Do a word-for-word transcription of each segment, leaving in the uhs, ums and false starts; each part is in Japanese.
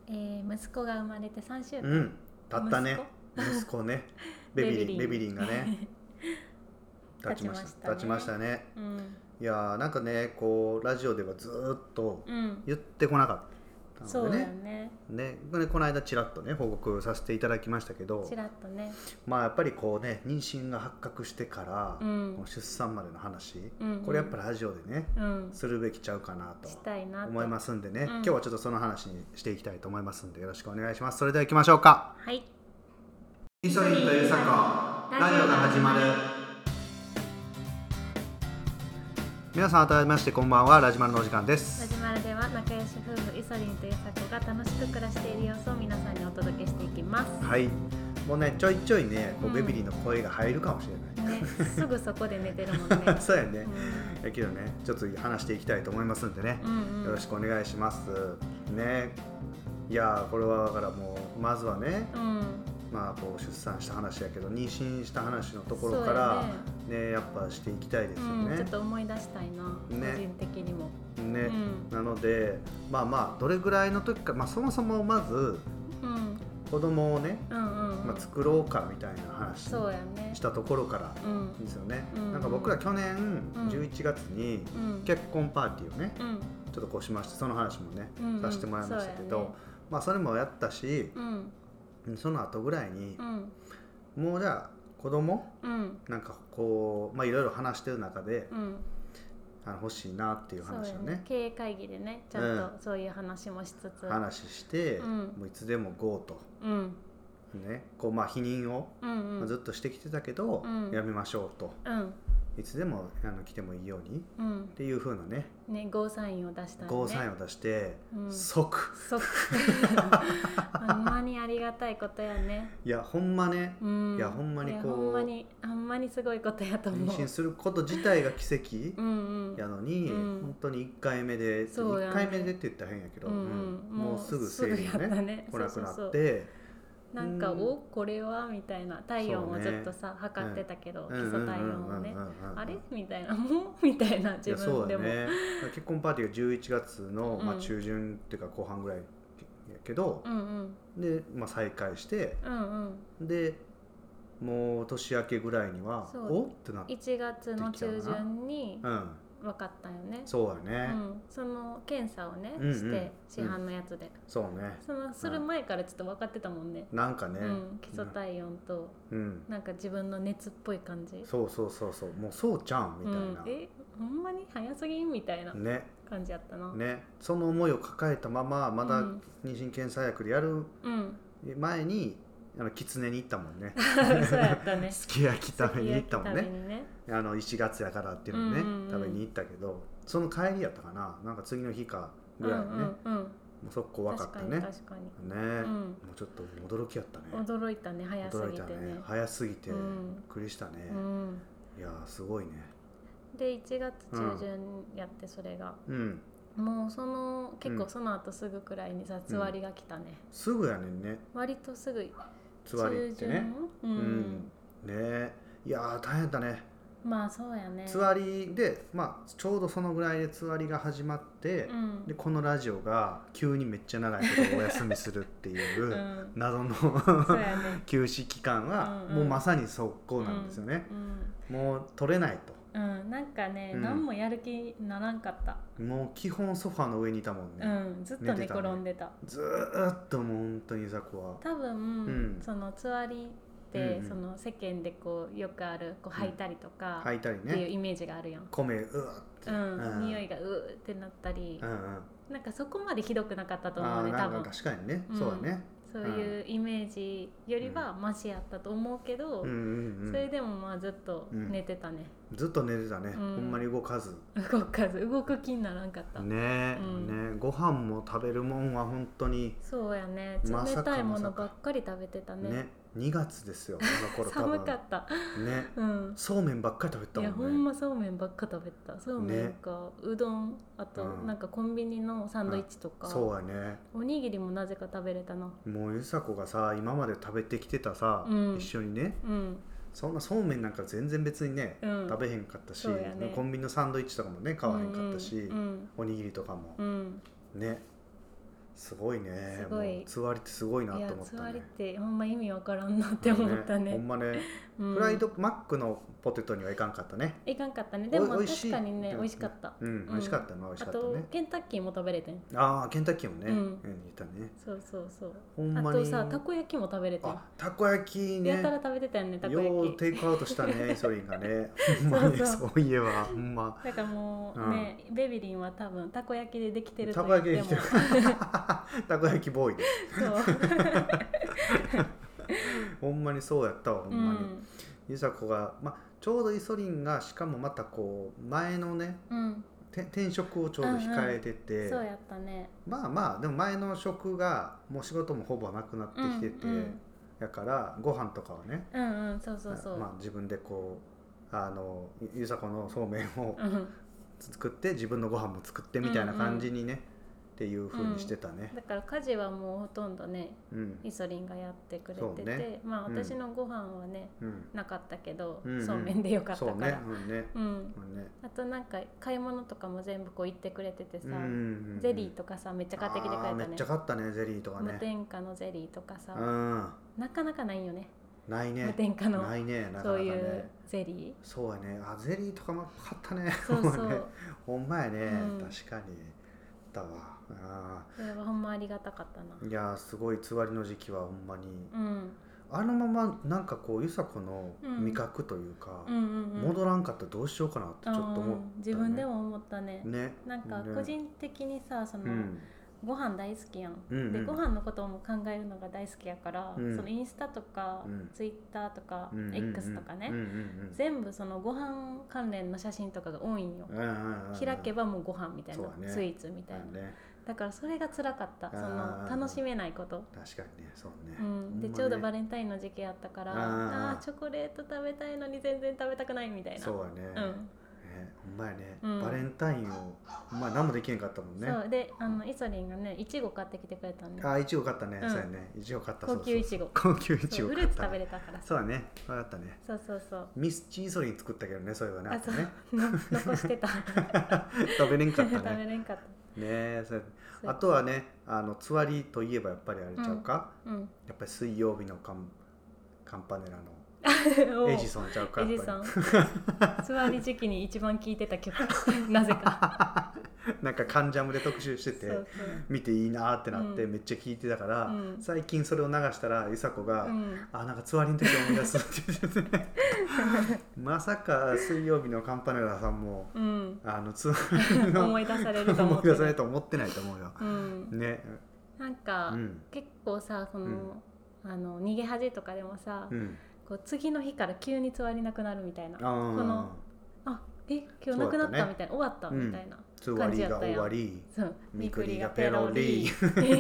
えー、息子が生まれてさんしゅうかん、 うん、経ったね。息子ねベビリンベビリンがね経ちました経ちましたね、うん、いやーなんかねこうラジオではずっと言ってこなかったのでね、うん、ねねこの間ちらっとね報告させていただきましたけど、 ちらっとね、 まあやっぱりこうね妊娠が発覚してから、うん、出産までの話、うんうん、これやっぱりラジオでね、うん、するべきちゃうかなと思いますんでね、うん、今日はちょっとその話にしていきたいと思いますんでよろしくお願いします。それでは行きましょうか。 はい、 イソリンとユサコラジオが始まる。皆さん改めましてこんばんは。ラジマルのお時間です。 ラジマルでは仲良し夫婦イソリンとユサコが楽しく暮らしている様子を皆さんにお届けしていきます。 はい、もうねちょいちょいねこう、うん、ベビリーの声が入るかもしれない、 ね、すぐそこで寝てるもんねそうやね、うん、だけどねちょっと話していきたいと思いますんでね、うんうん、よろしくお願いしますね。いやーこれはだからもうまずはね、うん、まあこう出産した話やけど妊娠した話のところからね、ねやっぱしていきたいですよね、 うん、ちょっと思い出したいな、ね、個人的にもね、うん、なのでまあまあどれぐらいの時か、まあ、そもそもまず、うん、子供をね、うんうんうんまあ、作ろうかみたいな話したところからですよね、うん、なんか僕ら去年じゅういちがつに結婚パーティーをね、うん、ちょっとこうしましてその話もね、うんうん、させてもらいましたけど、ねまあ、それもやったし、うん、その後ぐらいに、うん、もうじゃあ子供、うん、なんかこうまあいろいろ話してる中で、うんあの欲しいなっていう話を ね, ね経営会議でねちゃんとそういう話もしつつ、 うん、話して、うん、もういつでも ゴー と、うんねこうまあ、否認を、うんうん、ずっとしてきてたけど、うん、やめましょうと、うん、いつでもあの来てもいいように、うん、っていう風なねねゴーサインを出したんねゴーサインを出して、うん、即即ほんまにありがたいことやね。 いやほんまね、うん、いやほんまにこうほんまにほんまにすごいことやと思う。 妊娠すること自体が奇跡やのに、うんうん、本当にいっかいめで、ね、いっかいめでって言ったら変やけど、うんうん、もうすぐ生理が ね, ね来なくなってそうそうそうなんか、うん、おこれはみたいな体温をずっとさ、ね、測ってたけど、うん、基礎体温をねあれみたいなもうみたいな自分でも、 ね、結婚パーティーがじゅういちがつの、まあ、中旬っていうか後半ぐらいやけど、うんうん、で、まあ、再開して、うんうん、でもう年明けぐらいにはおってなっていちがつの中旬に、うん分かったよね。 そうやね、うん、 その検査をね、うんうん、して市販のやつで、うん、 そうねそのする前からちょっと分かってたもんね、 うん、なんかね、 うん、基礎体温と、うん、なんか自分の熱っぽい感じ、 そうそうそうそうもうそうちゃんみたいな、うん、 えほんまに早すぎんみたいな感じやったな、 ね、その思いを抱えたまままだ妊娠検査薬でやる前に、あの狐に行ったもんねそうやったねすき焼き食べに行ったもん ね, ねあのいちがつやからっていうのね、うんうんうん、食べに行ったけどその帰りやったかななんか次の日かぐらいね、うんうんうん、もう速攻分かったね。 確かにね、うん、もうちょっと驚きやったね。 驚いたね早すぎて ね, ね早すぎてびっくりしたね、うん、いやすごいね。 でいちがつ中旬やってそれが、うん、もうその結構その後すぐくらいにさ、うん、つわりが来たね、うん、 すぐやねんね割とすぐつわりってね、うん、うん、ねいや大変だね。 まあそうやね。 つわりで、まあ、ちょうどそのぐらいでつわりが始まって、うん、でこのラジオが急にめっちゃ長いことお休みするっていう謎の、うんね、休止期間は、うんうん、もうまさに速攻なんですよね、うんうん、もう取れないと。 うん、なんかね、うん、何もやる気ならんかった。 もう基本ソファーの上にいたもんね、 うん、ずっと寝転んでた、ね、 ずーっともう本当にさこは多分、うん、そのつわりで、うんうん、その世間でこうよくあるこう吐いたりとか、うん、吐いたりねっていうイメージがあるやん。 米うわって、 うんうん、匂いがうーってなったり、うんうん、なんかそこまでひどくなかったと思うね多分。 確かにね、うん、そうだね。 そういうイメージよりはマシやったと思うけど、うんうんうん、それでもまあずっと寝てたね、 うん、ずっと寝てたね、うん、ほんまに動かず動かず動く気にならんかったね、うん、ねご飯も食べるもんは本当にそうやね冷たいものばっかり食べてたね。 ねにがつですよこの頃寒かったね、うん、そうめんばっかり食べてたもんね。 いやほんまそうめんばっか食べてた。そうめんか、ね、うどんあと、うん、なんかコンビニのサンドイッチとか、 うん、そうやねおにぎりもなぜか食べれたな。 もうゆさこがさ今まで食べてきてたさ、うん、一緒にね、うん、そんなそうめんなんか全然別にね、うん、食べへんかったし、ね、コンビニのサンドイッチとかもね買わへんかったし、うんうん、おにぎりとかも、うん、ねすごいね。 すごい。 つわりってすごいなと思ったね。いやつわりってほんま意味わからんなって思ったね。ねほんまね、うん、フライドマックのポテトにはいかんかったね。 いかんかったね。でも確かにね美味しかった。 うん、美味しかったの、美味しかったね。 あとケンタッキーも食べれてん。 ああケンタッキーもね、 うん、 言ったね。 そうそうそう。 ほんまに。 あとさたこ焼きも食べれてん。 あたこ焼きね。 やたら食べてたよねたこ焼き。 ようテイクアウトしたねイソリンがね。ほんまにそういえばほんま。 だからもうね、うん、ベビリンは多分たこ焼きでできてると言っても。たこ焼きでできてる。たこ焼きボーイで。そう。ほんまにそうやったわほんまに。ゆさこがまあちょうどイソリンがしかもまたこう前のね、うん、転職をちょうど控えてて、 うんうん、そうやったね。 まあまあでも前の職がもう仕事もほぼなくなってきてて、うんうん、だからご飯とかはね、 うんうん、そうそうそう、 まあ自分でこうあのゆさこのそうめんを作って自分のご飯も作ってみたいな感じにね、うんうんっていう風にしてたね、 うん、だから家事はもうほとんどね、うん、イソリンがやってくれてて、ね、まあ私のご飯はね、うん、なかったけど、うん、そうめんでよかったから、そうね、うんうんね、あとなんか買い物とかも全部こう行ってくれててさ、うんうんうん、ゼリーとかさめっちゃ買ってきてくれたね。 めっちゃ買ったねゼリーとかね。 無添加のゼリーとかさ、うん、なかなかないよね。 ないね。 無添加のないね、なかなかね、 そういうゼリー。 そうやね。あゼリーとかも買ったね。 そうそう。 ほんまやね、うん、確かに。だわ。 あそれはほんまありがたかったな。 いやすごいつわりの時期はほんまに、うん、あのままなんかこうゆさこの味覚というか、うんうんうんうん、戻らんかったらどうしようかなってちょっと思った、ね、 自分でも思ったね。ねなんか個人的にさその、うん、ご飯大好きやん、うんうん、でご飯のことも考えるのが大好きやから、うん、そのインスタとか、うん、ツイッターとか、うん、X とかね、うんうんうん、全部そのご飯関連の写真とかが多いんよ、うんうんうん、開けばもうご飯みたいな、ね、スイーツみたいな、ね、だからそれが辛かった。その楽しめないこと。 確かにね、そうね、 うん、で、ね、ちょうどバレンタインの時期やったからああチョコレート食べたいのに全然食べたくないみたいな。 そうやね、うんほんまやね、うん、バレンタインをまあ何もできへんかったもんね。 そうであのイソリンがねいちご買ってきてくれたんで。 ああいちご買ったね、うん、そうやねいちご買った。 高級いちご。 高級いちごフルーツ食べれたから。 そうだね分かったね。 そうそうそうミスチイソリン作ったけどねそういえばね。 あそうね残してた食べれんかったね。 食べれんかったねえそれあとはねあのつわりといえばやっぱりあれちゃうか、うんうん、やっぱり水曜日のカンカンパネラのエジソンちゃうか。 エジソンつわり時期に一番聴いてた曲なぜかなんかカンジャムで特集しててそうそう見ていいなってなってめっちゃ聴いてたから、うん、最近それを流したらゆさこが、うん、あなんかつわりの時思い出すって言っててまさか水曜日のカンパネラさんも、うん、あのつわりの思い出されると思って思い出されると思ってないと思うよ、うん、ねなんか、うん、結構さその、うん、あの逃げ恥とかでもさ、うんこう次の日から急につわりなくなるみたいなこのあえ今日なくなった、ね、みたいな終わった、うん、みたいな感じやったやん。つわりが終わりみくりがペロリ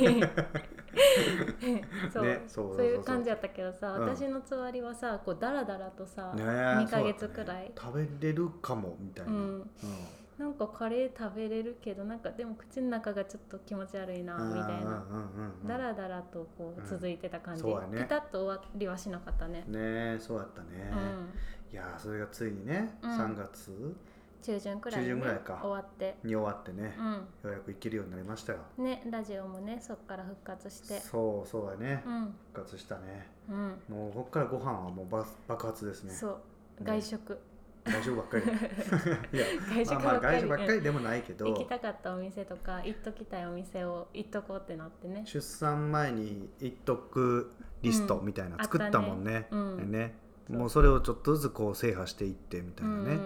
そう、ね、そうそういう感じやったけどさ、うん、私のつわりはさこうダラダラとさ、ね、にかげつくらい、ね、 食べれるかもみたいな、うんうんなんかカレー食べれるけどなんかでも口の中がちょっと気持ち悪いなみたいなダラダラとこう続いてた感じ、うんね、ピタッと終わりはしなかったね。 ねそうやったね、うん、いやそれがついにね、うん、さんがつ中旬くらいに、ね、 中旬ぐらいか終わってに終わってね、うん、ようやく行けるようになりましたよね。ラジオもねそっから復活してそうそうやね、うん、復活したね、うん、もうこっからご飯はもう爆発ですね。 そう外食、ね外食ばっかりいや外食ばっかり、まあ、まあ外食ばっかりでもないけど行きたかったお店とか行っときたいお店を行っとこうってなってね。 出産前に行っとくリストみたいな作ったもんね、うんねうん、ねもうそれをちょっとずつこう制覇していってみたいなね、うんうん、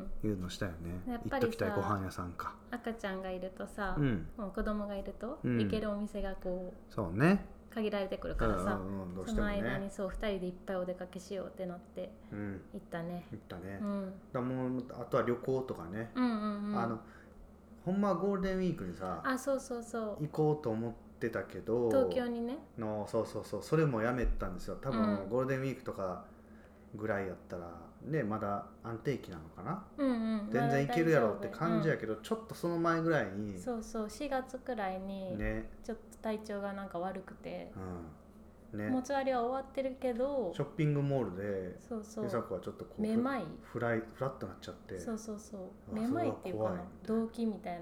いうのしたよね。 やっぱりさ行っときたいご飯屋さんか赤ちゃんがいるとさ、うん、もう子供がいると、うん、行けるお店がこうそうね限られてくるからさ、 うんうんうん、 その間にそうふたりでいっぱいお出かけしようってなって行ったね、 うん、行ったね、うん、だもうあとは旅行とかね、うんうんうん、あのほんまゴールデンウィークにさあそうそうそう行こうと思ってたけど東京にねのそうそうそうそれもやめたんですよ多分、うん、ゴールデンウィークとかぐらいやったらねまだ安定期なのかな、うんうん、全然いけるやろって感じやけど、うん、ちょっとその前ぐらいにそうそうしがつくらいにちょっと体調がなんか悪くて、うんね、持ち割りは終わってるけどショッピングモールでそうそうゆさこはちょっとこうめまいフライフラッとなっちゃってそうそうそうめまいっていうかな動悸みたいな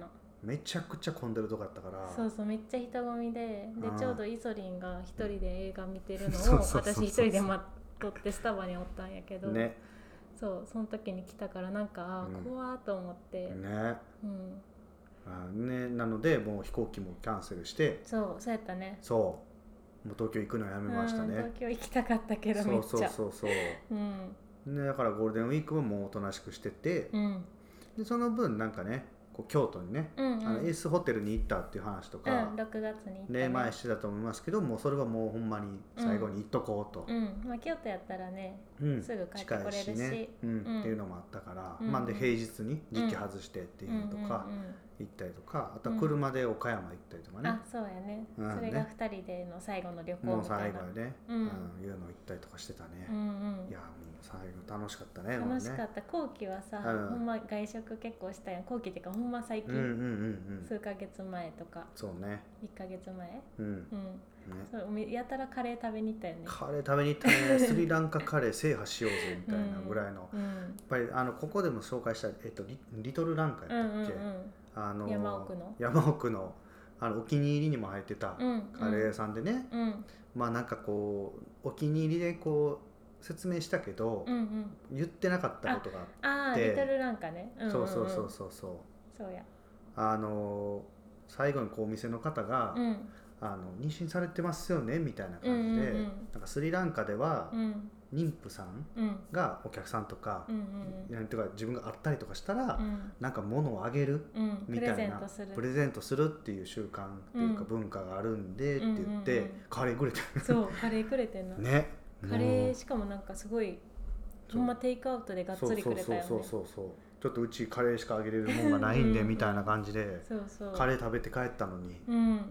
めちゃくちゃ混んでるとこだったから。 そうそうめっちゃ人混みで、でちょうどイソリンが一人で映画見てるのを私一人で待っとってスタバにおったんやけど、ね、そうその時に来たからなんか、うん、怖ーと思ってね、うんあね、なのでもう飛行機もキャンセルして、 そうそうやったね、 そうもう東京行くのやめましたね、うん、 東京行きたかったけどめっちゃそうそうそうそう、うん、ね、だからゴールデンウィークはもうおとなしくしてて、うん、でその分なんかねこう京都にね、うんうん、あのエースホテルに行ったっていう話とか、 うん、ろくがつに行った、 ね、前してたと思いますけども、それはもうほんまに最後に行っとこうと、 うんうんまあ、京都やったらね、うん、すぐ帰ってこれるし、 近いしね、うんうん、っていうのもあったから、うん、まあ、で平日に時期外してっていうのとか、行ったりとか、あとは車で岡山行ったりとかね、 あそうやね、うん、それがふたりでの最後の旅行みたいな、もう最後でね、うんうん、いうの行ったりとかしてたね、うんうん、いやもう最後楽しかったね。 楽しかった、ね、後期はさ、ほんま外食結構したやん、後期っていうかほんま最近、うんうんうんうん、数ヶ月前とか、 そうね、 いっかげつまえ、うん、うんね、 そうやたらカレー食べに行ったよね。 カレー食べに行ったねスリランカカレー制覇しようぜみたいなぐらいの、うんうん、やっぱりあのここでも紹介した、えっと、リ, リトルランカやったっけ、うんうんうん、あの山奥の山奥のあのお気に入りにも入ってたカレー屋さんでね、うんうん、まあなんかこうお気に入りでこう説明したけど、うんうん、言ってなかったことがあって、 ああリトルランカね、うんうんうん、 そうそうそうそうそうそうや、 あの最後にこうお店の方が、うん、あの妊娠されてますよねみたいな感じで、うんうんうん、なんかスリランカでは、うん、妊婦さんがお客さんとか、うんうんうん、とか自分が会ったりとかしたら、うん、なんか物をあげるみたいな、うん、プレゼントする、プレゼントするっていう習慣っていうか文化があるんでって言って、うんうんうん、カレーくれてるそうカレーくれてんのね、カレーしかもなんかすごいほんまテイクアウトでがっつりくれたよね。 そうそうそうそうちょっとうちカレーしかあげれるもんがないんでみたいな感じでそうそうカレー食べて帰ったのに、うん、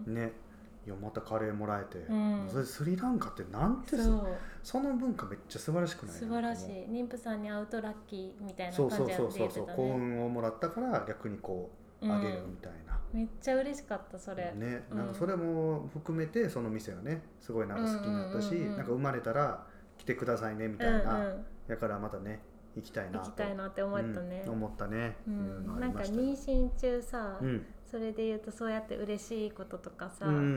ねいやまたカレーもらえて、うん、それスリランカってなんて そ, その文化めっちゃ素晴らしくない？ 素晴らしい。妊婦さんに会うとラッキーみたいな感じでやってたね。そうそうそうそう幸運をもらったから逆にこうあげるみたいな、 うん、めっちゃ嬉しかったそれね、なんかそれも含めてその店がねすごいなんか好きになったし、うんうんうんうん、なんか生まれたら来てくださいねみたいな、うんうん、だからまたね行きたいなと行きたいなって思ったね、 うん、思ったね、 うん、なんか妊娠中さ、うん、それで言うとそうやって嬉しいこととかさ、うんうんうんうん、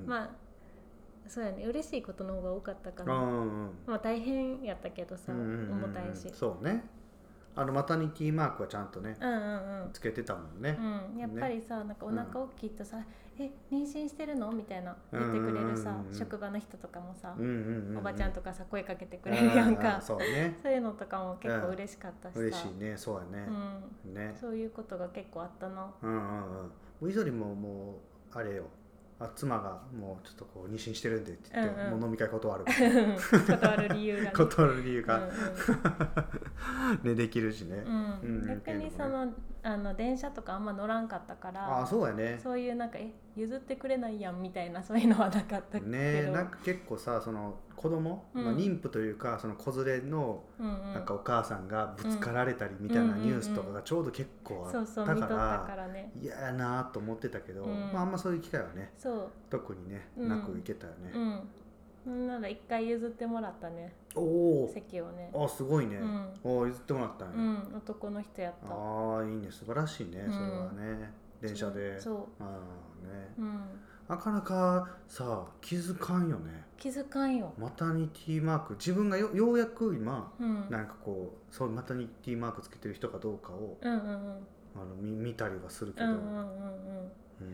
まあそうやね嬉しいことの方が多かったかな、うんうん、まあ大変やったけどさ、うんうんうん、重たいし、 そうね、あのマタニティマークはちゃんとね、うんうんうん、つけてたもんね、 うん、やっぱりさ、ね、なんかお腹大きいとさ、うん、え妊娠してるのみたいな言ってくれるさ、うんうんうん、職場の人とかもさ、うんうんうん、おばちゃんとかさ声かけてくれるやんか、そうね、そういうのとかも結構嬉しかったしさ、 嬉しいね、そうやね、 うん、ね、そういうことが結構あったな、 うんうんうん、いぞりももうあれよ、あ妻がもうちょっとこう妊娠してるんでって言って、うんうん、もう飲み会断る断る理由が、ね、 断る理由が、うんうんね、できるしね、 うんうん、逆にその、あの電車とかあんま乗らんかったから、 あそうやね、 そういうなんかえ譲ってくれないやんみたいなそういうのはなかったけどね、なんか結構さその子供、うんまあ、妊婦というかその子連れのなんかお母さんがぶつかられたりみたいなニュースとかがちょうど結構あったから嫌やなと思ってたけど、うんまあ、あんまそういう機会はねそう特にねなく行けたよね、うんうん、なんだ一回譲ってもらったね、お席をね、 あすごいね、うん、お譲ってもらったね、 うん、男の人やった、 ああいいね素晴らしいね、それはね、うん、電車でそうあね、うん、なかなかさ気づかんよね、 気づかんよ、 マタニティマーク自分が よ, ようやく今、うん、なんかこうそうマタニティマークつけてる人かどうかを、うんうんうん、あの 見, 見たりはするけど、うんうんうんうん、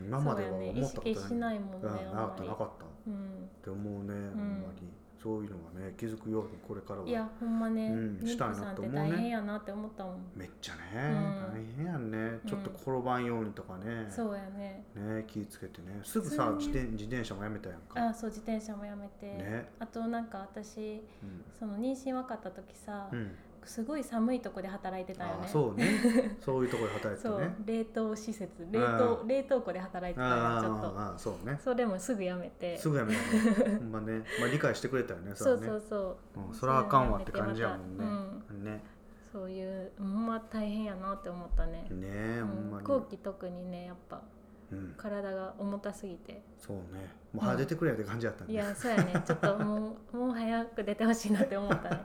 今までは思ったことない、ね、意識しないもんね、うん、なかったなかった、うん、って思うね、ほんまにそういうのがね気づくようにこれからはいやほんまね、うん、妊婦さんって大変やなって思ったもん、 めっちゃね、うん、大変やんね、ちょっと転ばんようにとかね、 うん、そうやねね気ぃつけてね、すぐさ自転、自転車もやめたやんか、 あそう自転車もやめて、ね、あとなんか私、うん、その妊娠分かった時さ、うんすごい寒いとこで働いてたよね。 あそうねそういうとこで働いてたねそう冷凍施設冷凍冷凍庫で働いてたからちょっとあそうねそれもすぐやめてすぐやめたねほんまね、まあ、理解してくれたよねそれはねそうそうそう、 うん、それはあかんわって感じやもんね、うん、ねそういうほんま大変やなって思ったねねえ、うん、ほんまに後期特にねやっぱうん、体が重たすぎてそうねもう早出てくれって感じだったね、 うん、いやそうやねちょっともうもう早く出てほしいなって思ったね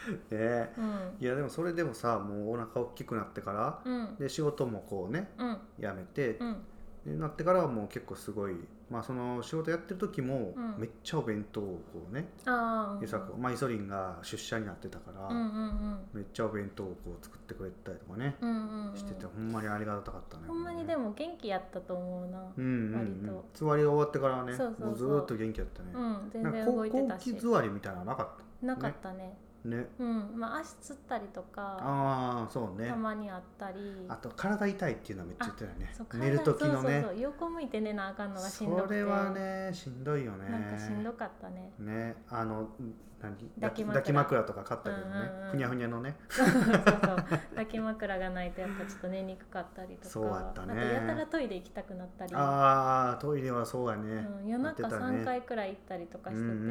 ね、うん、いやでもそれでもさもうお腹大きくなってから、うん、で仕事もこうね、うん、辞めて、うんでなってからはもう結構すごい、まあ、その仕事やってる時もめっちゃお弁当をこうね、うん、ゆさこ、まあ、イソリンが出社になってたから、うんうんうん、めっちゃお弁当をこう作ってくれたりとかね、うんうんうん、しててほんまにありがたかったね。 ほんまにでも元気やったと思うな、うんうんうん、割とつわりが終わってからねそうそうそうもうずーっと元気やったね、 うん、全然動いてたし後期座りみたいなのなかった、 ね、なかったねねうんまあ、足つったりとかあそう、ね、 たまにあったりあと体痛いっていうのはめっちゃ言ってたよね寝る時のねそうそうそう横向いて寝なあかんのがしんどくてそれはねしんどいよねなんかしんどかったねねあの何抱き枕、抱き枕とか買ったけどね、うんうん、ふにゃふにゃのねそうそうそう抱き枕がないとやっぱちょっと寝にくかったりとかそうやったねあとやたらトイレ行きたくなったりああトイレはそうやね、 うん、夜中さんかいくらい行ったりとかしてて、うんうんうんうん、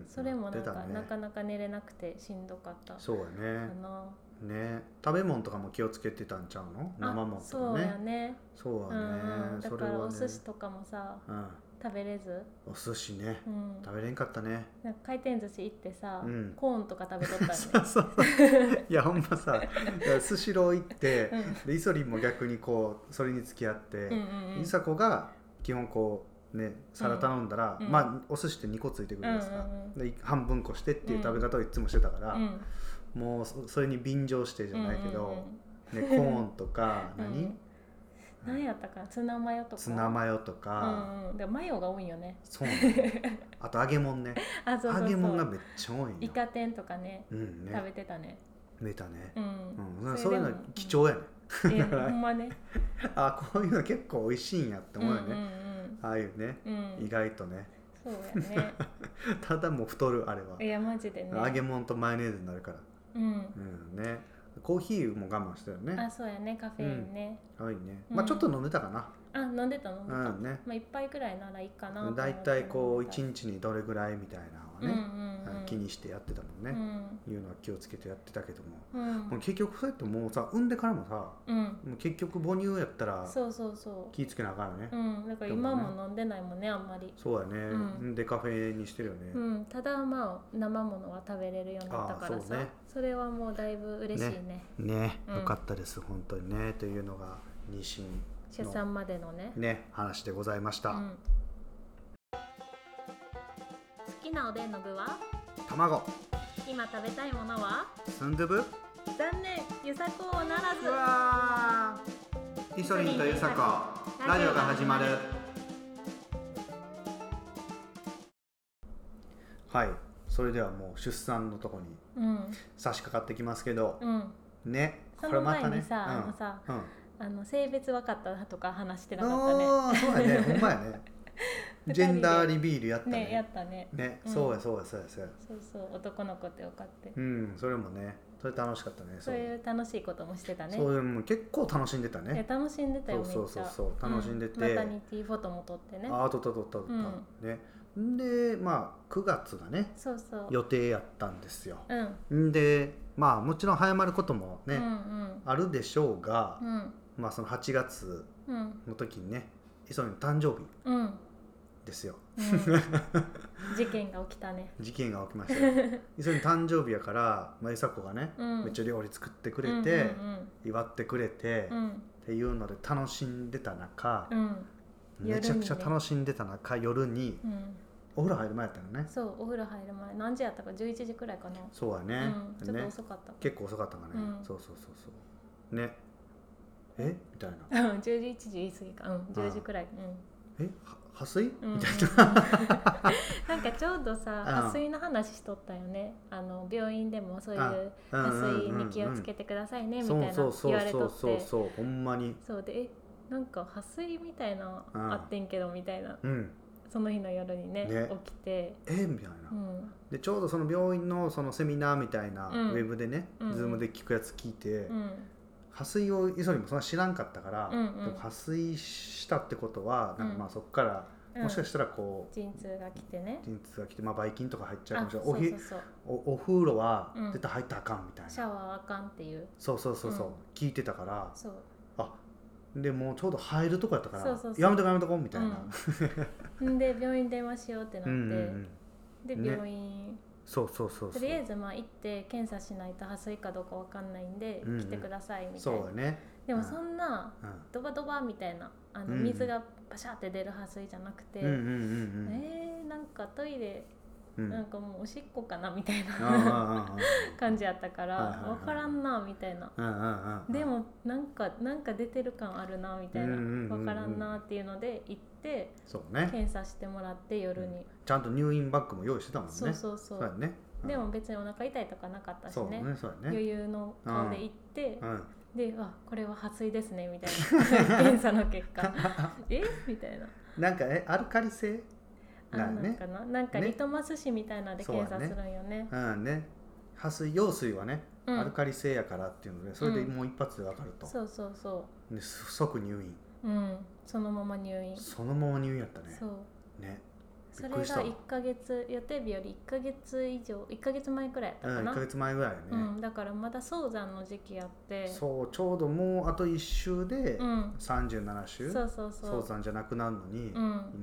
それもなんか、ね、なかなか寝れなくてしんどかったそうやねね食べ物とかも気をつけてたんちゃうの生物とかねそうやねそうやね、 うんうん、だからお寿司とかもさ、うん食べれずお寿司ね、うん、食べれんかったねなんか回転寿司行ってさ、うん、コーンとか食べとったんねそうそういやほんまさスシロー行って、うん、でイソリンも逆にこうそれに付き合って、うんうんうん、イサコが基本こうね皿頼んだら、うん、まあお寿司ってにこついてくるんですか、うんうん、で半分こしてっていう食べ方をいつもしてたから、うん、もう そ, それに便乗してじゃないけど、うんうんうんね、コーンとか何、うん何やったかなツナマヨとかツナマヨとか、 うんうん、でもマヨが多いよねそうねあと揚げ物ねあそうそうそう揚げ物がめっちゃ多いよイカ天とか ね,、 うんね食べてたね見たね、 うんうん、そういうの貴重やね、 うん、いやほんまねあこういうの結構美味しいんやって思うよね、うんうんうん、ああいうね、うん、意外とねそうやねただもう太るあれはいやマジでね揚げ物とマヨネーズになるからうん、うん、ねコーヒーも我慢したよねあそうやねカフェインね、 うん、いいね、まあちょっと飲んでたかな、 うん、あ飲んでた飲んでた、 うんね、 まあ一杯くらいならいいかなだいたいこういちにちにどれぐらいみたいなのはね、うんうんうん、気にしてやってたもんね、うん、いうのは気をつけてやってたけども、うん、もう結局そうやってもうさ産んでからもさ、うん、もう結局母乳やったらそうそうそう気ぃつけなあかんよね、 うん、だから今も飲んでないもんねあんまりそうやね、うん、でカフェにしてるよね、 うん、ただまあ生ものは食べれるようになったからさそ,、ね、それはもうだいぶ嬉しいねね、ね、うん、よかったです本当にねというのが妊娠出産までのねね話でございました、うん、 好きなおでんの具は卵今食べたいものはスンドゥブ残念ゆさこならずうわイソリンとゆさこラジオが始まるはいそれではもう出産のとこに差し掛かってきますけど、うん、ねその前にさ、あのさ、うん、あの性別分かったとか話してなかったねあそうやねほんまやねジェンダーリビールやったねねやったねね、うん、そうやそうやそうやそうやそうそう男の子って分かってうんそれもねそれ楽しかったねそういう楽しいこともしてたねそういうも結構楽しんでたねいや楽しんでたよめっちゃそうそうそう楽しんでて、 うん、マタニティフォトも撮ってねああ撮った撮った撮った、うん、ねでまあくがつがねそうそう予定やったんですよ、うん、でまあもちろん早まることもね、うんうん、あるでしょうが、うん、まあそのはちがつの時にねイソリンの誕生日、うんですよ、うん、 事件が起きたね事件が起きましたよイソリン誕生日やから、まあ、イサコがね、うん、めっちゃ料理作ってくれて、うんうんうん、祝ってくれて、うん、っていうので楽しんでた中、うん、めちゃくちゃ楽しんでた中夜に、うん、お風呂入る前やったのねそうお風呂入る前何時やったかじゅういちじくらいかなそうやね、 うん、ちょっと遅かった、ね、 結構遅かったかね、うん、そうそうそうそうねえみたいなじゅういちじ言い過ぎかうんじゅうじくらいうんえ破水、うん、みたいななんかちょうどさ破水の話しとったよねあの病院でもそういう破水に気をつけてくださいねみたいな言われとってそうそうそうそうほんまにそうでえなんか破水みたいなあってんけどみたいな、うん、その日の夜に ね, ね起きてえみたいな、うん、でちょうどその病院のそのセミナーみたいな、うん、ウェブでね、うん、ズームで聞くやつ聞いて、うん破水をイソリンもそんな知らんかったから、うんうん、でも破水したってことはなんかまあそこから、うん、もしかしたらこう陣痛が来てね陣痛が来て、まあ、ばい菌とか入っちゃうかもしれない。おひそうそうそう お, お風呂は絶対入ったらあかんみたいな、 シャワーあかんっていうそうそうそうそう、うん、聞いてたからそうあでもうちょうど入るとこやったからそうそうそうやめとこやめとこみたいな、 うん、で病院電話しようってなって、うんうんうん、で病院そうそうそうそう、 とりあえずまあ行って検査しないと破水かどうかわかんないんで、うんうん、来てくださいみたいな。 そうだね。 でもそんなドバドバみたいなあの水がパシャって出る破水じゃなくて、うんうんうんうん、えー、なんかトイレなんかもうおしっこかなみたいな感じやったから分からんなみたいな、でもなんかなんか出てる感あるなみたいな、分からんなっていうので行って、 そうね、 検査してもらって夜に、うん、 ちゃんと入院バッグも用意してたもんね。 そうそうそう、 そうやね、 うん、でも別にお腹痛いとかなかったしね、 そうね、そうやね、 余裕の顔で行って、 うんうん、 で、あ、これは破水ですねみたいな検査の結果えみたいな、 なんかえアルカリ性なんね、かななんかリトマス紙みたいなので検査するんよね。 そうね、うんね、破水羊水はね、うん、アルカリ性やからっていうのでそれでもう一発で分かると、うん、 そうそうそうで即入院、 うん、そのまま入院、 そのまま入院やったね。 そうね、 それがいっかげつ、予定日よりいっかげつ以上、いっかげつまえくらいやったかな、うん、 いっかげつまえぐらいね、 うん、だからまだ早産の時期やって、 そうちょうどもうあといっ週でさんじゅうなな週、うん、そうそうそう、早産じゃなくなるのに、うん、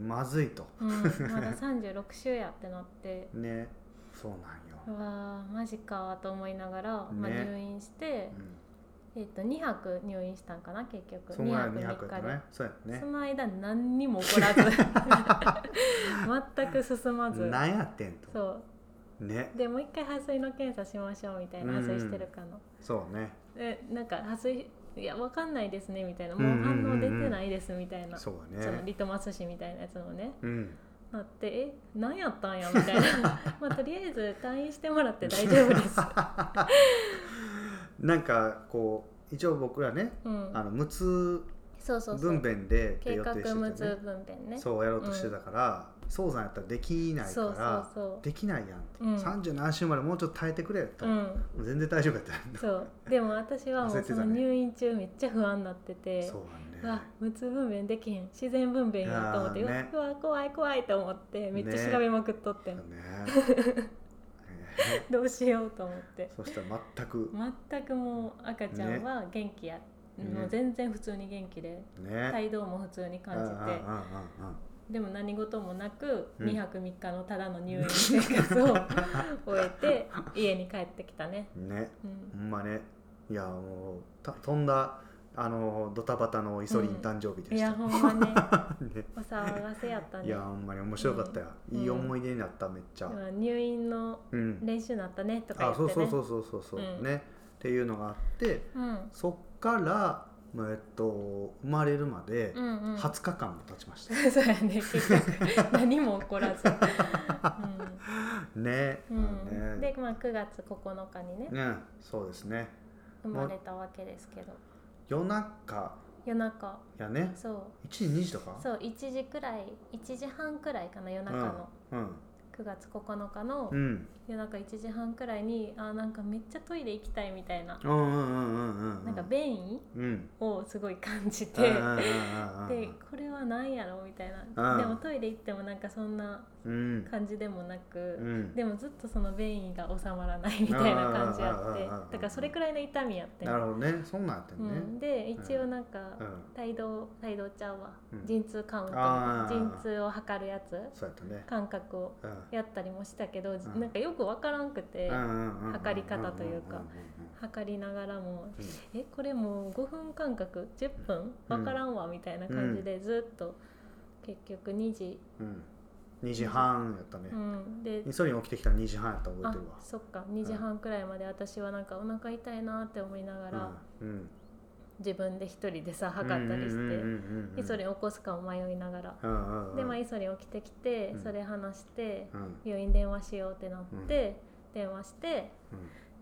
まずいと、 うん、まださんじゅうろく週やってなってね、そうなんよ、 うわーマジかと思いながら、ね、まあ、入院して、うん、えー、とにはく入院したんかな結局、 その間にはくみっかで、ね、そうやね、 その間何にも起こらず全く進まず、 何やってんと、 そうね、 でもう一回破水の検査しましょうみたいな、破水してるかの、 そうね、 でなんか破水いや分かんないですねみたいな、もう反応出てないですみたいな、 そうね、 そのリトマス紙みたいなやつもね、 うん、 なってえ何やったんやみたいなまあとりあえず退院してもらって大丈夫ですなんかこう一応僕らね、うん、あの無痛分娩で計画無痛分娩ね、 そうやろうとしてたから、うん、早産やったらできないから、そうそうそう、できないやんと、うん、さんじゅうなな週までもうちょっと耐えてくれと、うん、もう全然大丈夫やったんだ。 そうでも私はもうその入院中めっちゃ不安になってて、 そうなんね、 あ無痛分娩できへん、自然分娩やと思って、ね、うわ怖い怖いと思ってめっちゃ調べまくっとってん、ねどうしようと思って、 そしたら全く全くもう赤ちゃんは元気や、ね、もう全然普通に元気で、ね、胎動も普通に感じて、でも何事もなくにはくみっかのただの入院生活を終えて家に帰ってきたね。 ね、うん、ほんまね、いやもうた飛んだあのドタバタのイソリン誕生日でした、うん、いやほんま ね, ねお騒がせやったね。 いやほんまに面白かったよ、うん、いい思い出になった、めっちゃ、 うん、入院の練習になったねとか言ってね、 あ、そうそうそうそうそうそう、うん、ねっていうのがあって、うん、そっからえっと、生まれるまではつかかんも経ちました、 うんうん、そうやね、結局何も起こらず、 うん、ね、 うん、ねで、まあ、くがつここのかにね、 うん、そうですね、 生まれたわけですけど、 夜中夜中やね、 そういちじにじとか、 そういちじくらいいちじはんくらいかな、夜中の、うんうん、くがつここのかの、うん、夜中いちじはんくらいに、あ、なんかめっちゃトイレ行きたいみたいな、なんか便意、うん、をすごい感じて、でこれは何やろみたいな、でもトイレ行ってもなんかそんな感じでもなく、うん、でもずっとその便意が収まらないみたいな感じあって、だからそれくらいの痛みやって、 なるほどね、そんなんやってんね、うん、 で一応なんか胎動胎動ちゃうわ、うん、陣痛カウントみたいな、陣痛を測るやつ、そうやったね、感覚をやったりもしたけど、うん、なんかよくわからんくて、測り方というか測りながらも、うん、えこれもうごふん間隔じゅっぷんわからんわみたいな感じで、ずっと結局にじ、 うんにじはんやったね、うん、でイソリン起きてきたらにじはんやった覚えてるわ。 あ、そっか、にじはんくらいまで私はなんかお腹痛いなって思いながら、うんうん、自分で一人でさ測ったりしてイソリン起こすかも迷いながら、うんうん、で、まあ、イソリン起きてきて、うん、それ話して、うん、病院電話しようってなって、うん、電話して、うん、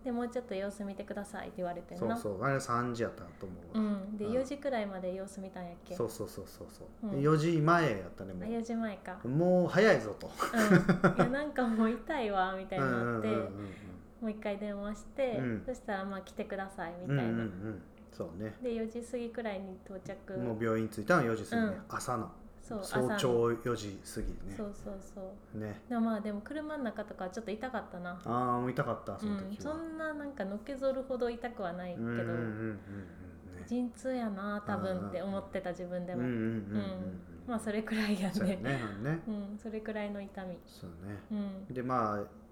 でもうちょっと様子見てくださいって言われてんな。 そうそう、あれさんじやったと思う、 うん、で、うん、よじくらいまで様子見たんやっけ。 そうそうそうそうそう、うん、よじまえやったね。もうよじまえか、 もう早いぞと、 うん、いやなんかもう痛いわみたいになってもう一回電話して、うん、そしたらまあ来てくださいみたいな、うんうんうん、そうね。でよじ過ぎくらいに到着、 もう病院着いたのよじ過ぎね、うん、朝のそう早朝よじ過ぎね。 そうそうそうね。でもまあでも車の中とかちょっと痛かったな。 ああ、もう痛かったその時は、 うん、そんななんかのけぞるほど痛くはないけど、うんうんうんうん、ね、陣痛やな多分って思ってた自分でも、うんうんうんうん、まあそれくらいやね。そうやね、ね、うん、それくらいの痛み。 そうね、うん、でまあ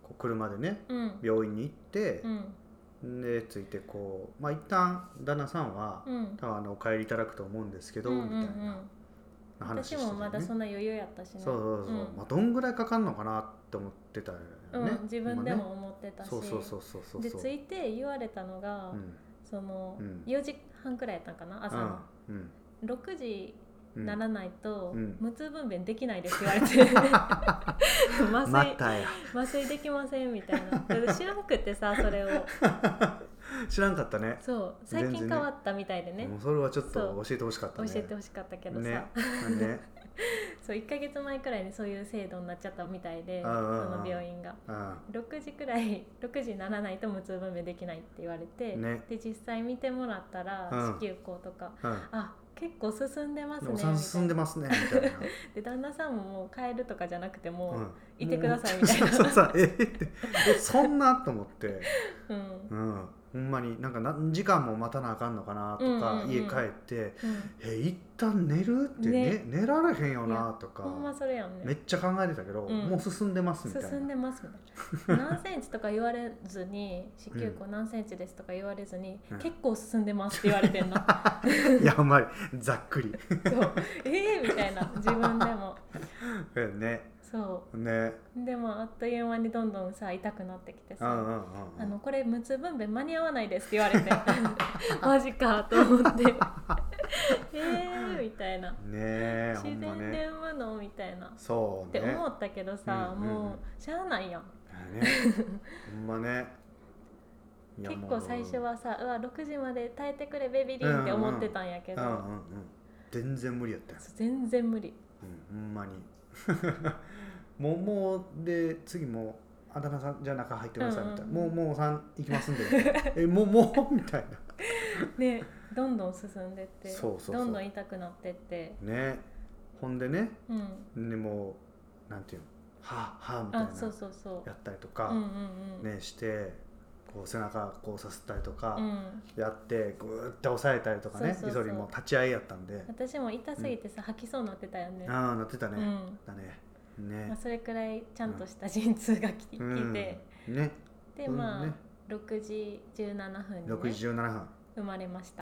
こう車でね、うん、病院に行って、うん、で着いてこうまあ一旦旦那さんは、うん、多分あのお帰りいただくと思うんですけど、うんうんうん、みたいな話して、ね、 私もまだそんな余裕やったしね。 そうそうそう、うん、まあ、どんぐらいかかるのかなって思ってたよね、 うん、自分でも思ってたし、 そうそうそうそうそうで着いて言われたのが、うん、その、うん、よじはんくらいやったんかな朝の、うんうん、ろくじならないと、うん、無痛分娩できないです言われて麻酔、麻酔できませんみたいな。知らなくてさそれを知らんかったね。 そう最近変わったみたいでね。 もうそれはちょっと教えてほしかったね。 教えてほしかったけどさ、ねね、そういっかげつまえくらいにそういう制度になっちゃったみたいで、その病院がろくじくらいろくじにならないと無痛分娩できないって言われて、ね、で実際見てもらったら子宮口とか、うん、あ結構進んでますねみたいな。 進んでますねみたいなで旦那さんももう帰るとかじゃなくてもう、うん、いてくださいみたいな。 そうそうええそんなと思って、うん、うんほんまになんか何時間も待たなあかんのかなとか、うんうんうん、家帰って、うん、え一旦寝るって、ねね、寝られへんよなとか、 ほんまそれやんね、 めっちゃ考えてたけど、うん、もう進んでますみたいな。 進んでますみたいな何センチとか言われずに子宮口何センチですとか言われずに、うん、結構進んでますって言われてんのいやほんまにざっくりそうえーみたいな自分でもねそうね、 でもあっという間にどんどんさ痛くなってきてさ、うんうんうんうん、あのこれ無痛分娩間に合わないですって言われてマジかと思ってえーみたいな、ね、自然で産むのみたいなそう、ね、って思ったけどさ、うんうんうん、もうしゃあないやん、 ね、ほんまね結構最初はさうわろくじまで耐えてくれベビリンって思ってたんやけど、うんうんうんうん、 全然無理やったよ。 全然無理、 うん、ほんまにもうもうで次もあだ名さんじゃあ中入ってくださいみたいな、うんうんうん、もうもうさん行きますんでえもうもうみたいなねどんどん進んでってそうそうそうどんどん痛くなってってねほんでね、うん、でもうなんていうのはぁはぁみたいなそうそうそうやったりとか、うんうんうん、ねしてこう背中こうさすったりとかやって、うん、グーって押さえたりとかねイソリンも立ち会いやったんで私も痛すぎてさ、うん、吐きそうになってたよね。 ああなってたね、うん、だねね、 まあ、それくらいちゃんとした陣痛がき、うん、て、ね、でまあ、ね、ろくじじゅうななふんに、ね、 ろくじじゅうななふん生まれました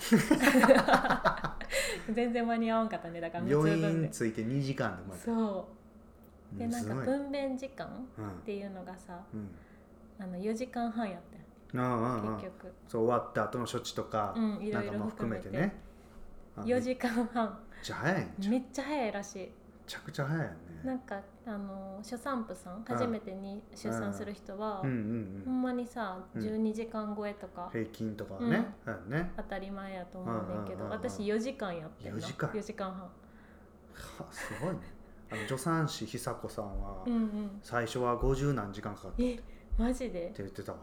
全然間に合わんかったねだから病院着いてにじかんで生まれた。 そうでなんか分娩時間っていうのがさ、うん、あのよじかんはんやったよ、うんうん、結局そう終わった後の処置とか、うん、いろいろ含めてねよじかんはんめっちゃ早いんちゃめっちゃ早いらしい。 めちゃくちゃ早いよね。 なんかあの初産婦さん初めてに出産する人は、うんうんうん、ほんまにさじゅうにじかん超えとか、 うん、平均とかね、うんね、 当たり前やと思うねんけど、うんうんうんうん、私よじかんやってんの。よじかんよじかんはんはすごいね。あの助産師久子さんは、うんうん、最初はごじゅう何時間かかったって。 えマジでって言ってたわ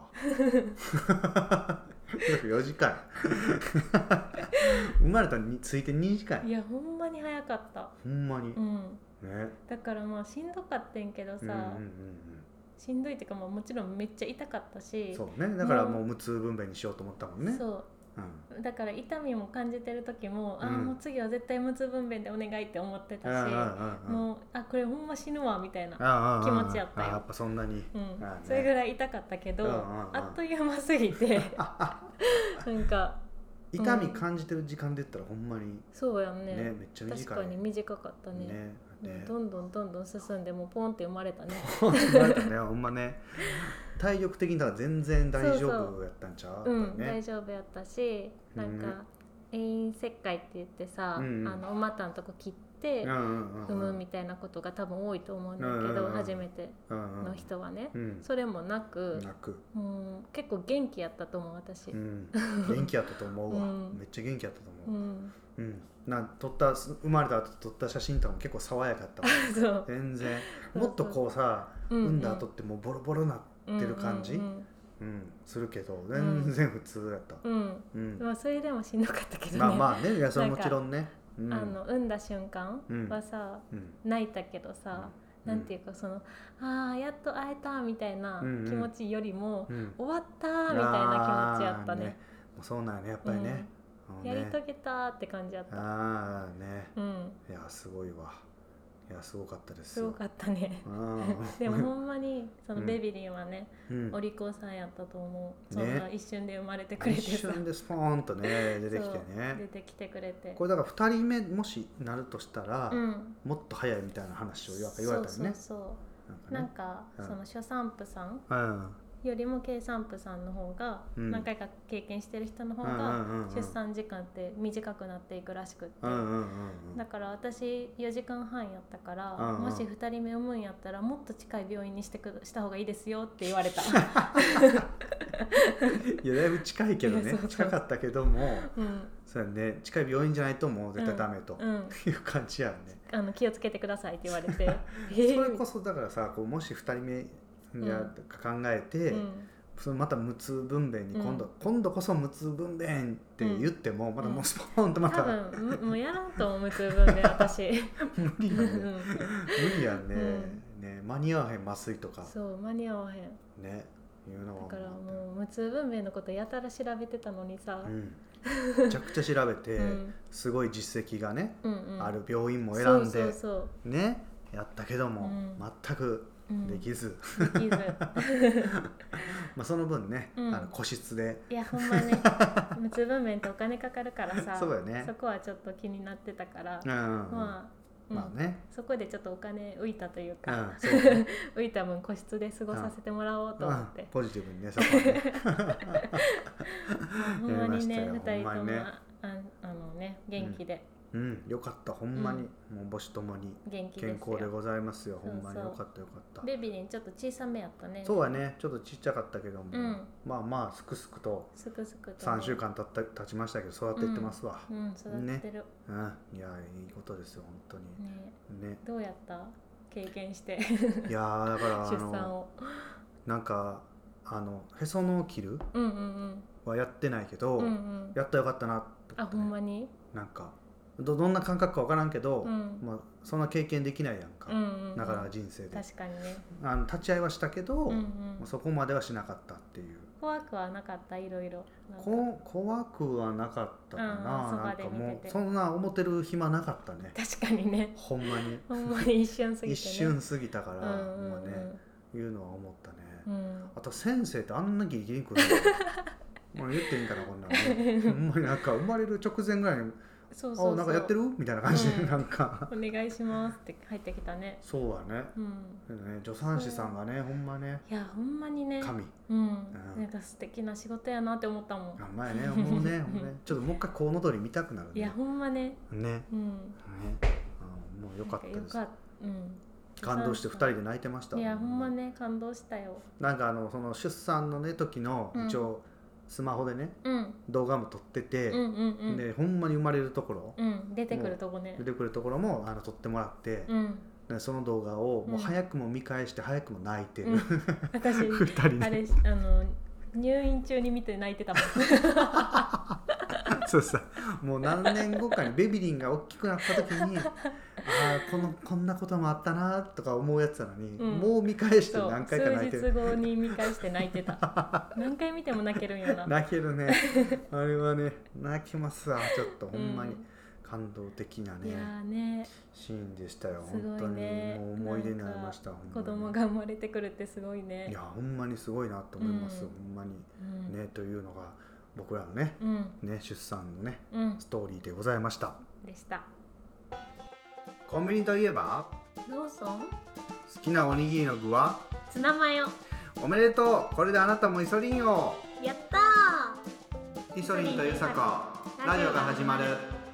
よじかん生まれたについてにじかん。 いやほんまに早かった。 ほんまに、うんね、だからまあしんどかったんけどさ、うんうんうんうん、しんどいっていうかまあもちろんめっちゃ痛かったし、 そうね、だからもう無痛分娩にしようと思ったもんね。 そう、うん、だから痛みも感じてる時も、うん、あもう次は絶対無痛分娩でお願いって思ってたし、うん、もうあこれほんま死ぬわみたいな気持ちやったよ。 あやっぱそんなに、 うんね、それぐらい痛かったけど、あっという間すぎてなんか痛み感じてる時間で言ったらほんまに、 そうやんね、 ねめっちゃ短い。 確かに短かったね。ねねどんどんどんどん進んでもうポンって生まれたね。 ポンって生まれたねほんまね。体力的にだから全然大丈夫やったんちゃう？ そうそう、うん、大丈夫やったし、なんか遠因切開って言ってさ、うん、あのお股のとこ切って産むみたいなことが多分多いと思うんだけど、初めての人はね、うん、それもなく、なくもう結構元気やったと思う私、うん、 元気やったと思うわ、うん、めっちゃ元気やったと思う、うんうん、な撮った生まれた後撮った写真とかも結構爽やかったもんそう全然もっとこうさそうそう産んだ後ってもうボロボロなってる感じ、うんうんうんうん、するけど全然普通やった、うんうん、まあそれでもしんどかったけどね。 まあまあね、いやそれもちろんね、 うん、あの産んだ瞬間はさ、うん、泣いたけどさ、うん、なんていうかそのあーやっと会えたみたいな気持ちよりも、うん、終わったみたいな気持ちやったね。 ねそうなんやねやっぱりね、 うん、やり遂げたって感じやった。 ああね、うん、いやすごいわ。いいやすごかったですすごかったねでもほんまにそのベビリンはね、うん、お利口さんやったと思う、ね、そんな一瞬で生まれてくれてさ一瞬でスポーンとね出てきてね出てきてくれて、 これだからふたりめもしなるとしたら、うん、もっと早いみたいな話を言われたりね。 そうそうそうなんか、ね、なんかその初産婦さん、うんよりも経産婦さんの方が、うん、何回か経験してる人の方が出産時間って短くなっていくらしくって、うんうんうんうん、だから私よじかんはんやったから、うんうん、もしふたりめ産むんやったらもっと近い病院にしてくした方がいいですよって言われたいやだいぶ近いけどねそうそう近かったけども、うん、そうやね近い病院じゃないともう絶対ダメと、うんうん、いう感じやね。 あの気をつけてくださいって言われてそれこそだからさこうもしふたりめや考えて、うん、そのまた無痛分娩に今度、うん、今度こそ無痛分娩って言っても、うん、まだもうスポーンとまた、 多分もうやらんと思う無痛分娩私無理やね、うん、無理やね、うん、ね間に合わへん麻酔とかそう間に合わへんねいうのはだからもう無痛分娩のことやたら調べてたのにさ、 うん、めちゃくちゃ調べて、うん、すごい実績がね、うんうん、ある病院も選んでそうそうそうねやったけども、うん、全くできず、 うん、できずまあその分ね、うん、あの個室でいやほんまね無痛分娩ってお金かかるからさそうよねそこはちょっと気になってたから、うん、まあ、 うん、まあねそこでちょっとお金浮いたというか、うんそうね、浮いた分個室で過ごさせてもらおうと思って、うん、 ポジティブにねそこはねほんまにねふたりとも、ね、あ, あのね元気で、 うん、よかったほんまに、うん、もう母子ともに健康でございますよ。ほんまによかったよかった。 ベビリンちょっと小さめやったね。 そうはねちょっとちっちゃかったけども、うん、まあまあすくすくとすくすくとさんしゅうかんたった経ちましたけど育っていってますわ。 うん、うん、育ってる、 ね、うん、いやいいことですよ本当にね。ねどうやった経験していやだから出産をなんかあのへその緒切る、うんうんうん、はやってないけど、うんうん、やったらよかったなって、 あほんまになんか ど, どんな感覚か分からんけど、うんまあ、そんな経験できないやんか、うんうんうん、なかなか人生で確かにねあの立ち会いはしたけど、うんうん、そこまではしなかったっていう怖くはなかったいろいろこ怖くはなかったかな、うん、なんかもうそんな思ってる暇なかったね確かにねほんまにほんまに一瞬過ぎて、ね、 一瞬過ぎたから、うんうんうんまあね、いうのは思ったね、うん、あと先生ってあんなギリギリ来るのもう言っていいんかなこんなの、ね、ほんまになんか生まれる直前ぐらいにそうそうそうなんかやってるみたいな感じで、うん、なんかお願いしますって入ってきたねそうはね、うんね、助産師さんがねほんまねいやほんまにね神、 うんうん、なんか素敵な仕事やなって思ったもんあ前ねもうねねちょっともう一回コウノドリ見たくなるねいやほんまねね、うん、ねあもうよかったですよかった、うん、感動してふたりで泣いてましたいやほんまね感動したよなんかあのその出産のね時の一応、うんスマホでね、うん、動画も撮ってて、うんうんうん、でほんまに生まれるところ、 うん、出てくるとこね出てくるところもあの撮ってもらって、うん、でその動画をもう早くも見返して早くも泣いてる、うん、 私ふたりであれあの入院中に見て泣いてたもんそうさもう何年後かにベビリンが大きくなった時にああこのこんなこともあったなとか思うやつなのに、うん、もう見返して何回か泣いてる数日後に見返して泣いてた何回見ても泣けるんよな泣けるねあれはね泣きますわちょっとほんまに感動的な ね,、うん、ねシーンでしたよ、ね、本当にもう思い出になりました子供が生まれてくるってすごいねいやほんまにすごいなと思います、うん、ほんまに、うん、ねというのが僕らのね、うん、ね出産のね、うん、ストーリーでございましたでしたコンビニといえばローソン好きなおにぎりの具はツナマヨおめでとうこれであなたもイソリンをやったーイソリンとゆさこラジオが始まる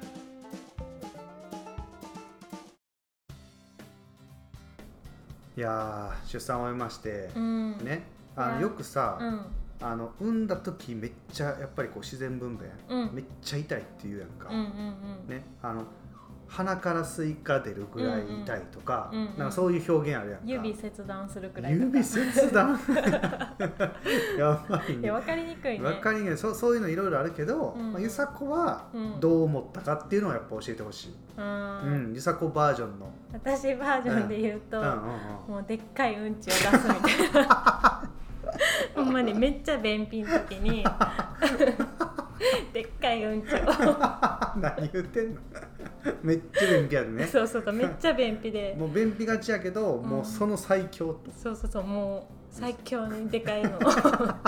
いやー出産を終えまして、うん、ねあのよくさ、うんあの産んだ時めっちゃやっぱりこう自然分娩、うん、めっちゃ痛いっていうやんか、うんうんうんね、あの鼻からスイカ出るぐらい痛いとか、うんうん、なんかそういう表現あるやんか指切断するくらいとか指切断やばいねいや分かりにくいね分かりにくい そ, そういうのいろいろあるけど、うんまあ、ゆさこはどう思ったかっていうのをやっぱ教えてほしい、うんうん、ゆさこバージョンの私バージョンで言うと、うんうんうんうん、もうでっかいうんちを出すみたいなほんまにめっちゃ便秘の時にでっかいうんちを何言ってんのめっちゃ便秘やるね。 そうそうそう、めっちゃ便秘でもう便秘がちやけど、うん、もうその最強と。 そうそうそう、もう最強にでかいのを出す。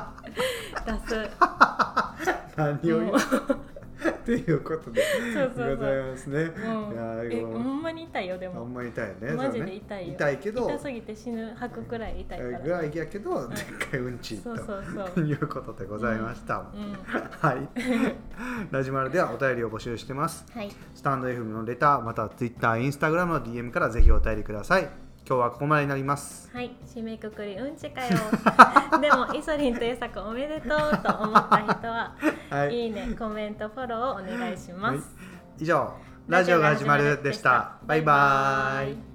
何を言うっていうことでそうそうそうございますね。うん、いやえほんまに痛いよ。でもほんまに痛いよね。 マジで痛いよ。 痛いけど痛すぎて死ぬ吐くくらい痛いから。 ぐらいやけど、うん、でっかいうんちとそうそうそういうことでございました。うんうん、はい。ラジマルではお便りを募集してます。はい、スタンド エフエム のレターまたは Twitter、Instagram の ディーエム からぜひお便りください。今日はここまでになります。 はい、締めくくりうんちかよ。でもイソリンとゆさこおめでとうと思った人は、はい、いいね、コメント、フォローをお願いします。はい、 以上ラジオが始まるでした。バイバイ。